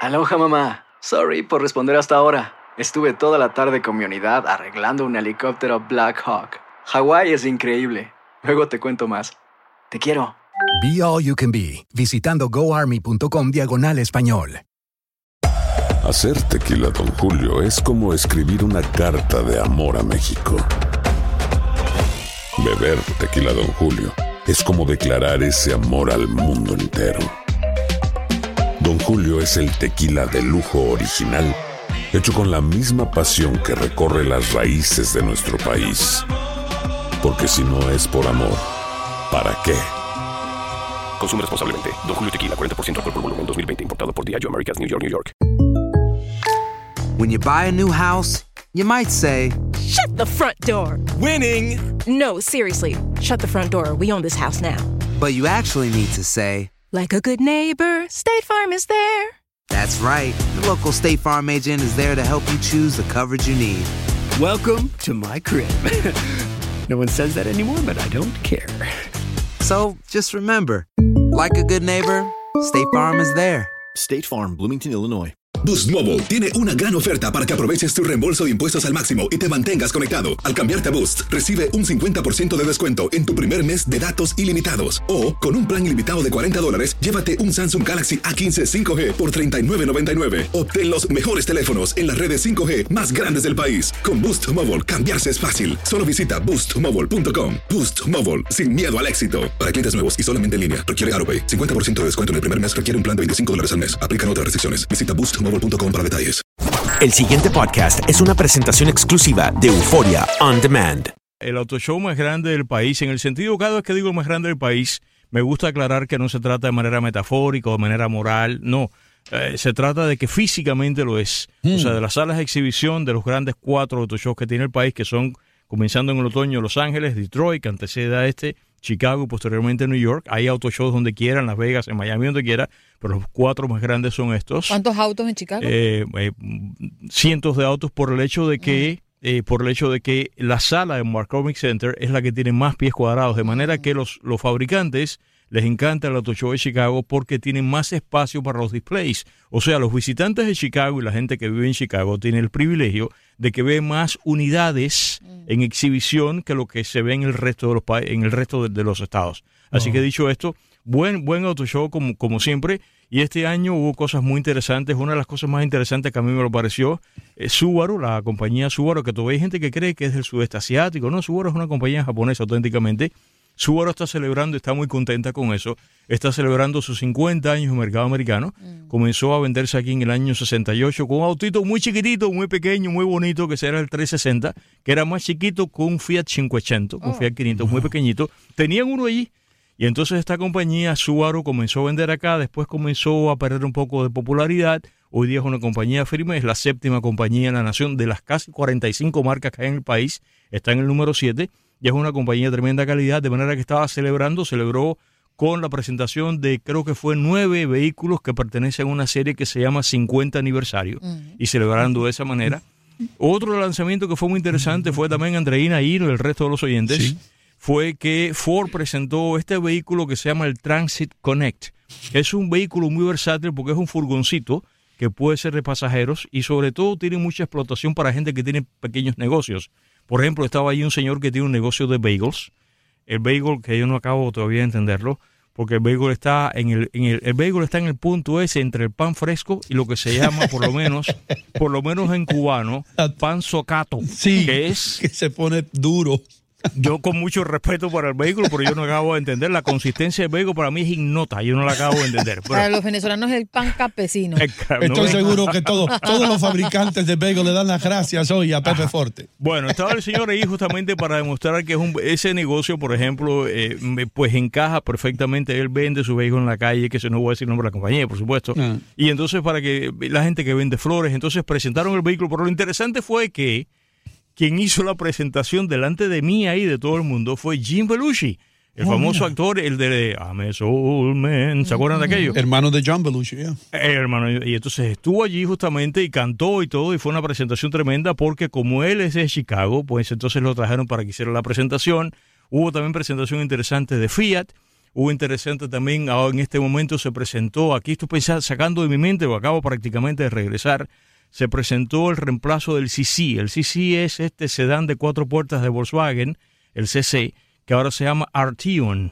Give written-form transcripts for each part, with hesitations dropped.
Aloha, mamá. Sorry por responder hasta ahora. Estuve toda la tarde con mi unidad arreglando un helicóptero Black Hawk. Hawái es increíble. Luego te cuento más. Te quiero. Be All You Can Be, visitando goarmy.com/español. Hacer tequila Don Julio es como escribir una carta de amor a México. Beber tequila Don Julio es como declarar ese amor al mundo entero. Don Julio es el tequila de lujo original, hecho con la misma pasión que recorre las raíces de nuestro país. Porque si no es por amor, ¿para qué? Consume responsablemente. Don Julio Tequila, 40% alcohol por volumen, 2020. Importado por Diageo Americas, New York, New York. When you buy a new house, you might say, "Shut the front door." Winning! No, seriously. Shut the front door. We own this house now. but you actually need to say, like a good neighbor, State Farm is there. That's right. The local State Farm agent is there to help you choose the coverage you need. Welcome to my crib. No one says that anymore, but I don't care. So just remember, like a good neighbor, State Farm is there. State Farm, Bloomington, Illinois. Boost Mobile tiene una gran oferta para que aproveches tu reembolso de impuestos al máximo y te mantengas conectado. Al cambiarte a Boost, recibe un 50% de descuento en tu primer mes de datos ilimitados. O, con un plan ilimitado de $40, llévate un Samsung Galaxy A15 5G por $39.99. Obtén los mejores teléfonos en las redes 5G más grandes del país. Con Boost Mobile, cambiarse es fácil. Solo visita boostmobile.com. Boost Mobile, sin miedo al éxito. Para clientes nuevos y solamente en línea, requiere AutoPay. 50% de descuento en el primer mes requiere un plan de $25 al mes. Aplican otras restricciones. Visita boostmobile.com para detalles. El siguiente podcast es una presentación exclusiva de Euphoria On Demand. El auto show más grande del país, en el sentido, cada vez que digo más grande del país, me gusta aclarar que no se trata de manera metafórica o de manera moral, no. Se trata de que físicamente lo es. O sea, de las salas de exhibición de los grandes 4 auto shows que tiene el país, que son, comenzando en el otoño, Los Ángeles, Detroit, que antecede a Chicago y posteriormente New York. Hay auto shows donde quiera, en Las Vegas, en Miami, donde quiera, pero los 4 más grandes son estos. ¿Cuántos autos en Chicago? Cientos de autos por el hecho de que la sala de McCormick Center es la que tiene más pies cuadrados, de manera que los fabricantes les encanta el Auto Show de Chicago porque tienen más espacio para los displays. O sea, los visitantes de Chicago y la gente que vive en Chicago tienen el privilegio de que ve más unidades en exhibición que lo que se ve en el resto de los estados. Así que dicho esto, buen Auto Show como siempre. Y este año hubo cosas muy interesantes. Una de las cosas más interesantes que a mí me lo pareció, Subaru, la compañía Subaru, que todavía hay gente que cree que es del sudeste asiático. No, Subaru es una compañía japonesa auténticamente. Subaru está celebrando, está muy contenta con eso, está celebrando sus 50 años en el mercado americano. Comenzó a venderse aquí en el año 68 con un autito muy chiquitito, muy pequeño, muy bonito, que era el 360, que era más chiquito que un Fiat 500, un Fiat 500 muy pequeñito. Tenían uno allí. Y entonces esta compañía, Subaru, comenzó a vender acá, después comenzó a perder un poco de popularidad. Hoy día es una compañía firme, es la 7ª compañía en la nación, de las casi 45 marcas que hay en el país, está en el número 7, y es una compañía de tremenda calidad, de manera que celebró con la presentación de, creo que fue 9 vehículos que pertenecen a una serie que se llama 50 aniversario, y celebrando de esa manera. Otro lanzamiento que fue muy interesante fue también Andreina y el resto de los oyentes, ¿sí? Fue que Ford presentó este vehículo que se llama el Transit Connect. Es un vehículo muy versátil porque es un furgoncito que puede ser de pasajeros y sobre todo tiene mucha explotación para gente que tiene pequeños negocios. Por ejemplo, estaba allí un señor que tiene un negocio de bagels. El bagel, que yo no acabo todavía de entenderlo, porque el bagel está en el punto ese entre el pan fresco y lo que se llama, por lo menos en cubano, pan socato, sí, que se pone duro. Yo con mucho respeto para el vehículo, pero yo no acabo de entender. La consistencia del vehículo para mí es ignota, yo no la acabo de entender. Pero para los venezolanos es el pan campesino. Estoy seguro que todos los fabricantes de bagel le dan las gracias hoy a Pepe Forte. Bueno, estaba el señor ahí justamente para demostrar que ese negocio, por ejemplo, pues encaja perfectamente. Él vende su vehículo en la calle, que se no voy a decir el nombre de la compañía, por supuesto. Y entonces para que la gente que vende flores, entonces presentaron el vehículo. Pero lo interesante fue que quien hizo la presentación delante de mí ahí, de todo el mundo, fue Jim Belushi, el famoso actor, el de I'm a Soul Man. ¿Se acuerdan de aquello? Hermano de John Belushi, hermano. Y entonces estuvo allí justamente y cantó y todo, y fue una presentación tremenda porque como él es de Chicago, pues entonces lo trajeron para que hiciera la presentación. Hubo también presentación interesante de Fiat. Hubo interesante también, ahora en este momento se presentó, aquí estoy pensando, sacando de mi mente, o acabo prácticamente de regresar, se presentó el reemplazo del CC. El CC es este sedán de 4 puertas de Volkswagen, el CC, que ahora se llama Arteon.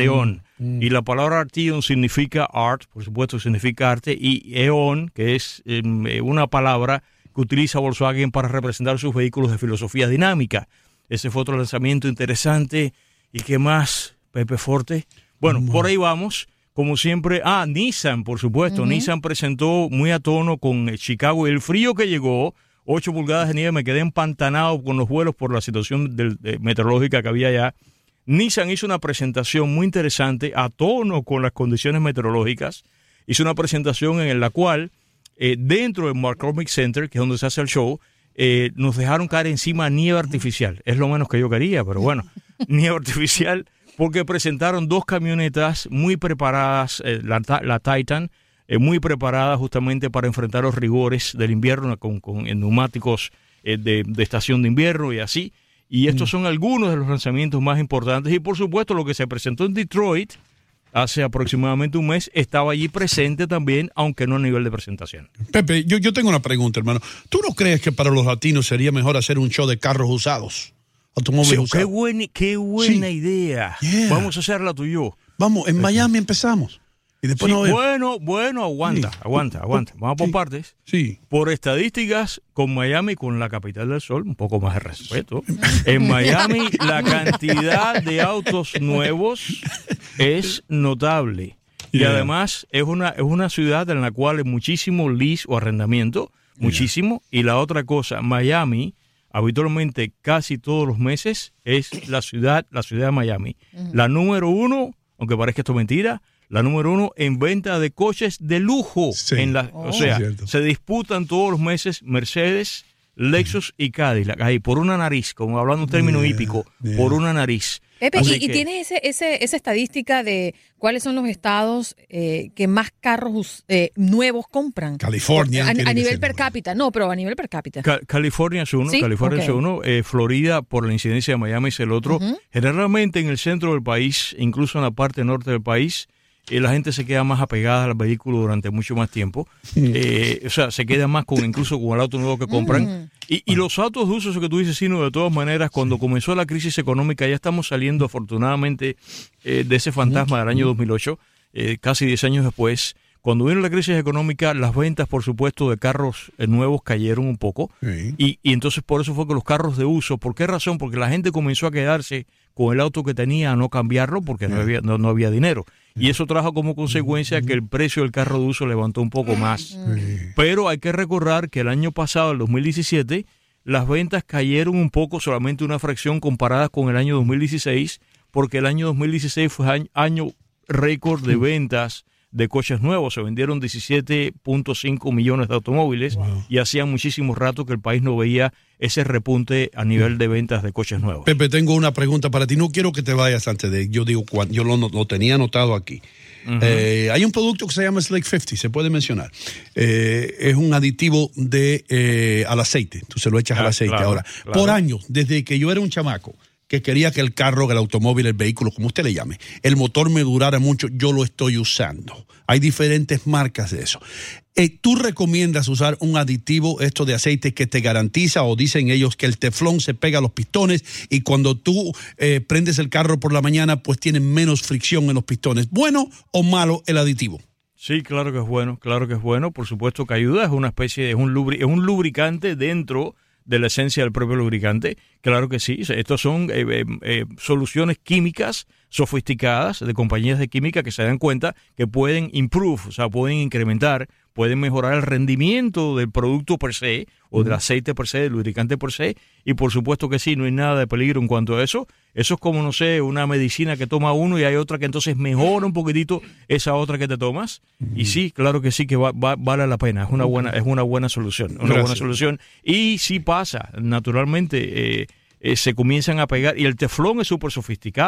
Y la palabra Arteon significa art, por supuesto significa arte, y Eon, que es una palabra que utiliza Volkswagen para representar sus vehículos de filosofía dinámica. Ese fue otro lanzamiento interesante. ¿Y qué más, Pepe Forte? Bueno, por ahí vamos. Como siempre, Nissan, por supuesto. Nissan presentó muy a tono con Chicago y el frío que llegó, 8 pulgadas de nieve, me quedé empantanado con los vuelos por la situación meteorológica que había allá. Nissan hizo una presentación muy interesante a tono con las condiciones meteorológicas. Hizo una presentación en la cual, dentro del McCormick Center, que es donde se hace el show, nos dejaron caer encima nieve artificial. Es lo menos que yo quería, pero bueno, nieve artificial, porque presentaron 2 camionetas muy preparadas, la Titan, muy preparada justamente para enfrentar los rigores del invierno con neumáticos de estación de invierno y así. Y estos son algunos de los lanzamientos más importantes. Y por supuesto lo que se presentó en Detroit hace aproximadamente un mes estaba allí presente también, aunque no a nivel de presentación. Pepe, yo tengo una pregunta, hermano. ¿Tú no crees que para los latinos sería mejor hacer un show de carros usados? Automóviles usados. Qué buena idea. Yeah. Vamos a hacerla tú y yo. Vamos, en Miami empezamos. Y después bueno, aguanta. Vamos por partes. Sí. Por estadísticas, con Miami, con la capital del sol, un poco más de respeto. En Miami, la cantidad de autos nuevos es notable. Y además, es una ciudad en la cual hay muchísimo lease o arrendamiento, muchísimo. Y la otra cosa, Miami, habitualmente casi todos los meses, es la ciudad de Miami. La número 1, aunque parezca esto mentira, la número 1 en venta de coches de lujo. Sí. O sea, se disputan todos los meses Mercedes, Lexus y Cadillac. Ahí, por una nariz, como hablando un término hípico, por una nariz. Pepe, ¿y tienes esa estadística de cuáles son los estados que más carros nuevos compran? California. A nivel per cápita. No, pero a nivel per cápita. California es uno. ¿Sí? California es uno. Florida, por la incidencia de Miami, es el otro. Generalmente en el centro del país, incluso en la parte norte del país, la gente se queda más apegada al vehículo durante mucho más tiempo. O sea, se queda más incluso con el auto nuevo que compran. Y los autos de uso, eso que tú dices, Sino, de todas maneras, cuando comenzó la crisis económica, ya estamos saliendo afortunadamente de ese fantasma del año 2008, casi 10 años después. Cuando vino la crisis económica, las ventas, por supuesto, de carros nuevos cayeron un poco. Y entonces por eso fue que los carros de uso, ¿por qué razón? Porque la gente comenzó a quedarse con el auto que tenía a no cambiarlo porque no había dinero. Y eso trajo como consecuencia que el precio del carro de uso levantó un poco más. Pero hay que recordar que el año pasado, el 2017, las ventas cayeron un poco, solamente una fracción comparadas con el año 2016, porque el año 2016 fue año récord de ventas de coches nuevos. Se vendieron 17.5 millones de automóviles y hacía muchísimo rato que el país no veía ese repunte a nivel de ventas de coches nuevos. Pepe, tengo una pregunta para ti. No quiero que te vayas antes de... Yo digo, yo lo tenía anotado aquí. Hay un producto que se llama Slick 50, se puede mencionar. Es un aditivo al aceite. Tú se lo echas al aceite. Ahora, por años, desde que yo era un chamaco, que quería que el carro, el automóvil, el vehículo, como usted le llame, el motor me durara mucho, yo lo estoy usando. Hay diferentes marcas de eso. ¿Tú recomiendas usar un aditivo, esto de aceite, que te garantiza, o dicen ellos, que el teflón se pega a los pistones y cuando tú prendes el carro por la mañana, pues tiene menos fricción en los pistones? ¿Bueno o malo el aditivo? Sí, claro que es bueno, por supuesto que ayuda, es una especie, es un lubricante dentro de la esencia del propio lubricante. Claro que sí, estos son soluciones químicas sofisticadas de compañías de química que se dan cuenta que pueden improve, o sea, pueden incrementar, pueden mejorar el rendimiento del producto per se, o del aceite per se, del lubricante per se, y por supuesto que sí, no hay nada de peligro en cuanto a eso. Eso es como, no sé, una medicina que toma uno y hay otra que entonces mejora un poquitito esa otra que te tomas. Y sí, claro que sí, que vale la pena, es una buena solución, buena solución. Y sí pasa, naturalmente, se comienzan a pegar, y el teflón es súper sofisticado.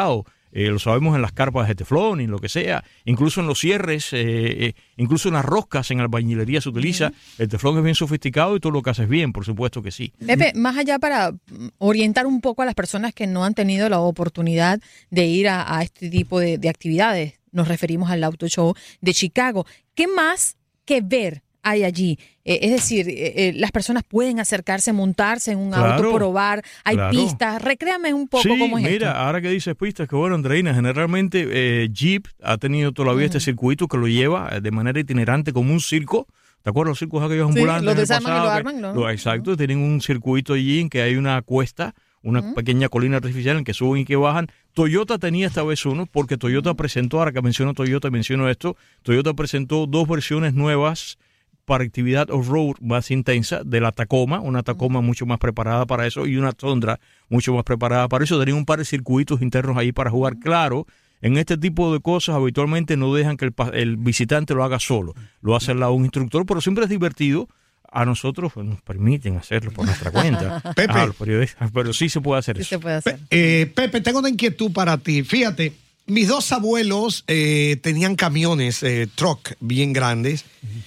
lo sabemos en las carpas de teflón y lo que sea, incluso en los cierres, incluso en las roscas, en albañilería se utiliza. El teflón es bien sofisticado y tú lo que haces bien, por supuesto que sí. Pepe, más allá para orientar un poco a las personas que no han tenido la oportunidad de ir a este tipo de actividades, nos referimos al Auto Show de Chicago. ¿Qué más que ver hay allí? Es decir, las personas pueden acercarse, montarse en un auto, probar, hay pistas. Recréame un poco cómo es esto. Mira, ahora que dices pistas, que bueno, Andreina, generalmente Jeep ha tenido todavía este circuito que lo lleva de manera itinerante como un circo. ¿Te acuerdas los circos aquellos ambulantes? Los desarman y lo arman, ¿no? Exacto, tienen un circuito allí en que hay una cuesta, una pequeña colina artificial en que suben y que bajan. Toyota tenía esta vez uno, porque Toyota presentó, ahora que menciono Toyota, menciono esto, Toyota presentó 2 versiones nuevas para actividad off-road más intensa de la Tacoma, una Tacoma mucho más preparada para eso y una Tundra mucho más preparada para eso. Tenía un par de circuitos internos ahí para jugar. Claro, en este tipo de cosas habitualmente no dejan que el visitante lo haga solo, lo hace al lado un instructor, pero siempre es divertido. A nosotros nos permiten hacerlo por nuestra cuenta. Pepe. Los periodistas, pero sí se puede hacer eso. Se puede hacer. Pepe, tengo una inquietud para ti. Fíjate, mis 2 abuelos tenían camiones, truck bien grandes.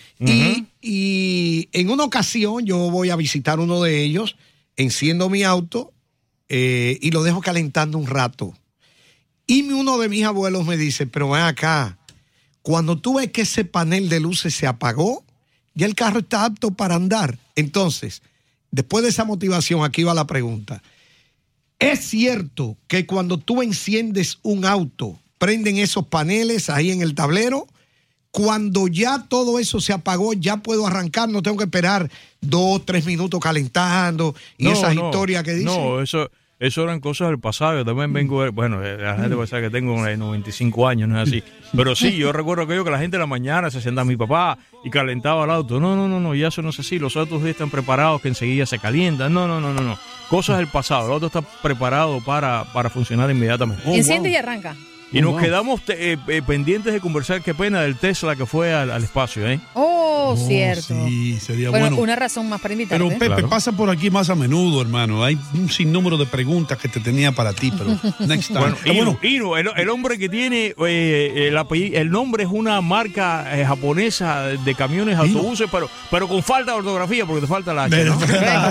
Y en una ocasión yo voy a visitar uno de ellos, enciendo mi auto y lo dejo calentando un rato. Y uno de mis abuelos me dice, pero ven acá, cuando tú ves que ese panel de luces se apagó, ya el carro está apto para andar. Entonces, después de esa motivación, aquí va la pregunta. ¿Es cierto que cuando tú enciendes un auto, prenden esos paneles ahí en el tablero? Cuando ya todo eso se apagó, ya puedo arrancar, no tengo que esperar 2, 3 minutos calentando y esas historias que dicen. No, eso eran cosas del pasado. Yo también vengo, bueno, la gente puede saber que tengo 95 años, no es así. Pero sí, yo recuerdo aquello que la gente en la mañana se sentaba mi papá y calentaba el auto. No, ya eso no es así. Los autos ya están preparados que enseguida se calientan. No. Cosas del pasado. El auto está preparado para funcionar inmediatamente. Enciende y arranca. Y nos quedamos pendientes de conversar, qué pena, del Tesla que fue al espacio, ¿eh? Cierto. Sí, sería bueno. Una razón más para invitarte. Pero Pepe, pasa por aquí más a menudo, hermano. Hay un sinnúmero de preguntas que te tenía para ti, pero next time. Inu, el hombre que tiene el nombre es una marca japonesa de camiones, autobuses, pero con falta de ortografía, porque te falta la H, ¿no?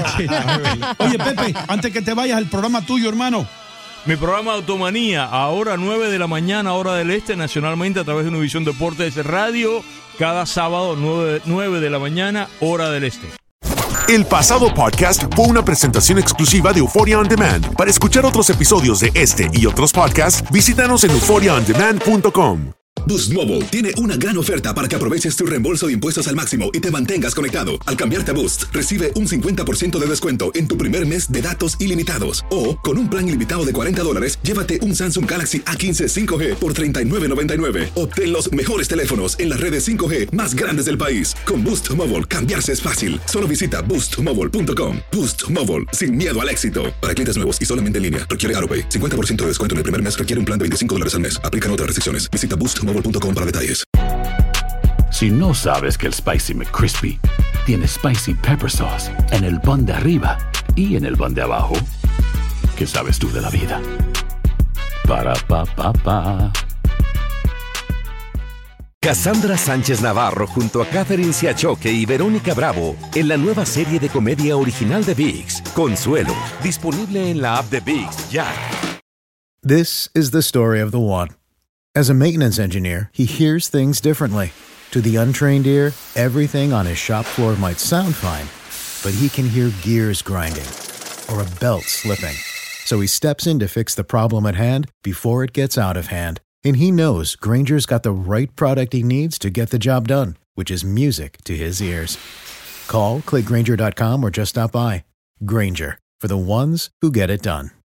Oye, Pepe, antes que te vayas al programa tuyo, hermano. Mi programa Automanía, ahora 9 de la mañana, hora del este, nacionalmente a través de Univisión Deportes Radio, cada sábado 9 de la mañana, hora del este. El pasado podcast fue una presentación exclusiva de Euphoria On Demand. Para escuchar otros episodios de este y otros podcasts, visítanos en euphoriaondemand.com. Boost Mobile tiene una gran oferta para que aproveches tu reembolso de impuestos al máximo y te mantengas conectado. Al cambiarte a Boost, recibe un 50% de descuento en tu primer mes de datos ilimitados. O, con un plan ilimitado de $40, llévate un Samsung Galaxy A15 5G por $39.99. Obtén los mejores teléfonos en las redes 5G más grandes del país. Con Boost Mobile, cambiarse es fácil. Solo visita boostmobile.com. Boost Mobile, sin miedo al éxito. Para clientes nuevos y solamente en línea, requiere AutoPay. 50% de descuento en el primer mes requiere un plan de $25 al mes. Aplican otras restricciones. Visita boostmobile.com para detalles. Si no sabes que el Spicy McCrispy tiene Spicy Pepper Sauce en el pan de arriba y en el pan de abajo, ¿qué sabes tú de la vida? Para, pa, pa, pa. Cassandra Sánchez Navarro junto a Catherine Siachoque y Verónica Bravo en la nueva serie de comedia original de ViX, Consuelo, disponible en la app de ViX ya. This is the story of the one. As a maintenance engineer, he hears things differently. To the untrained ear, everything on his shop floor might sound fine, but he can hear gears grinding or a belt slipping. So he steps in to fix the problem at hand before it gets out of hand. And he knows Grainger's got the right product he needs to get the job done, which is music to his ears. Call, click Grainger.com, or just stop by. Grainger, for the ones who get it done.